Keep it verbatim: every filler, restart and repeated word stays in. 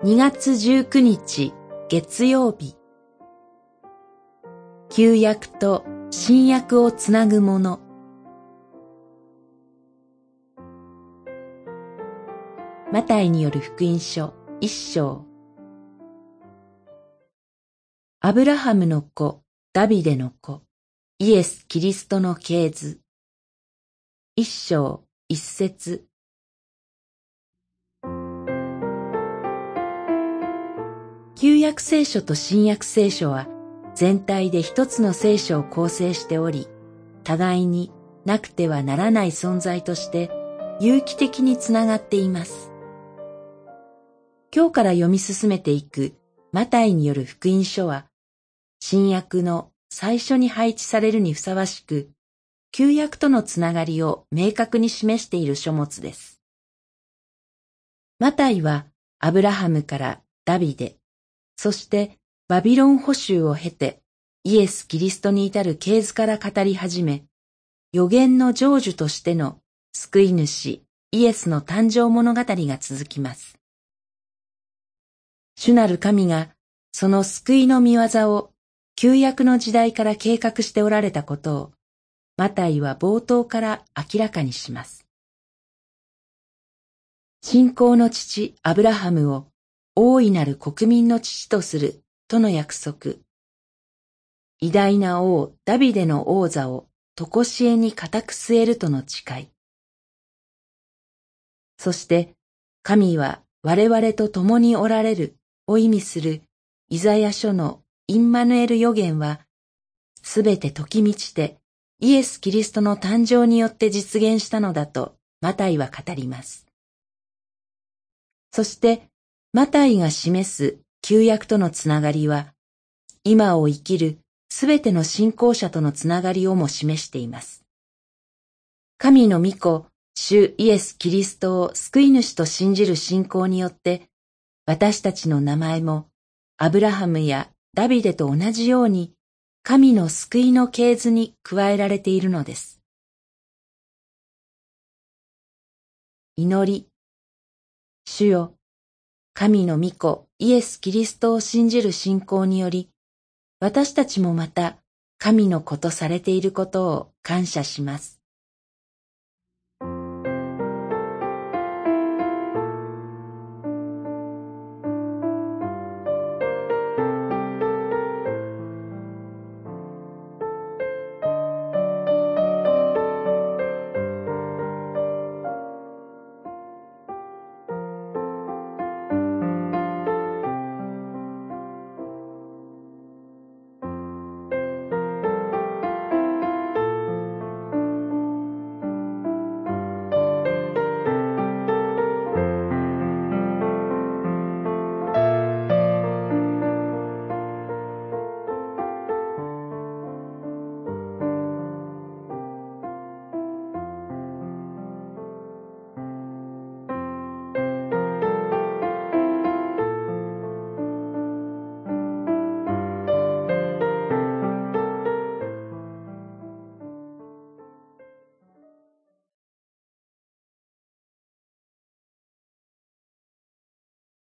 にがつじゅうくにち月曜日。旧約と新約をつなぐもの。マタイによる福音書一章。アブラハムの子、ダビデの子、イエス・キリストの系図。一章一節。旧約聖書と新約聖書は全体で一つの聖書を構成しており、互いになくてはならない存在として有機的につながっています。今日から読み進めていくマタイによる福音書は、新約の最初に配置されるにふさわしく、旧約とのつながりを明確に示している書物です。マタイはアブラハムからダビデ、そしてバビロン捕囚を経てイエス・キリストに至る系図から語り始め、預言の成就としての救い主イエスの誕生物語が続きます。主なる神がその救いの御業を旧約の時代から計画しておられたことを、マタイは冒頭から明らかにします。信仰の父アブラハムを大いなる国民の父とするとの約束。偉大な王ダビデの王座を常しえに固く据えるとの誓い。そして神は我々と共におられるを意味するイザヤ書のインマヌエル預言は、すべて時満ちてイエス・キリストの誕生によって実現したのだとマタイは語ります。そしてマタイが示す旧約とのつながりは、今を生きるすべての信仰者とのつながりをも示しています。神の御子、主イエス・キリストを救い主と信じる信仰によって、私たちの名前もアブラハムやダビデと同じように神の救いの系図に加えられているのです。祈り。主よ、神の御子イエス・キリストを信じる信仰により、私たちもまた神の子とされていることを感謝します。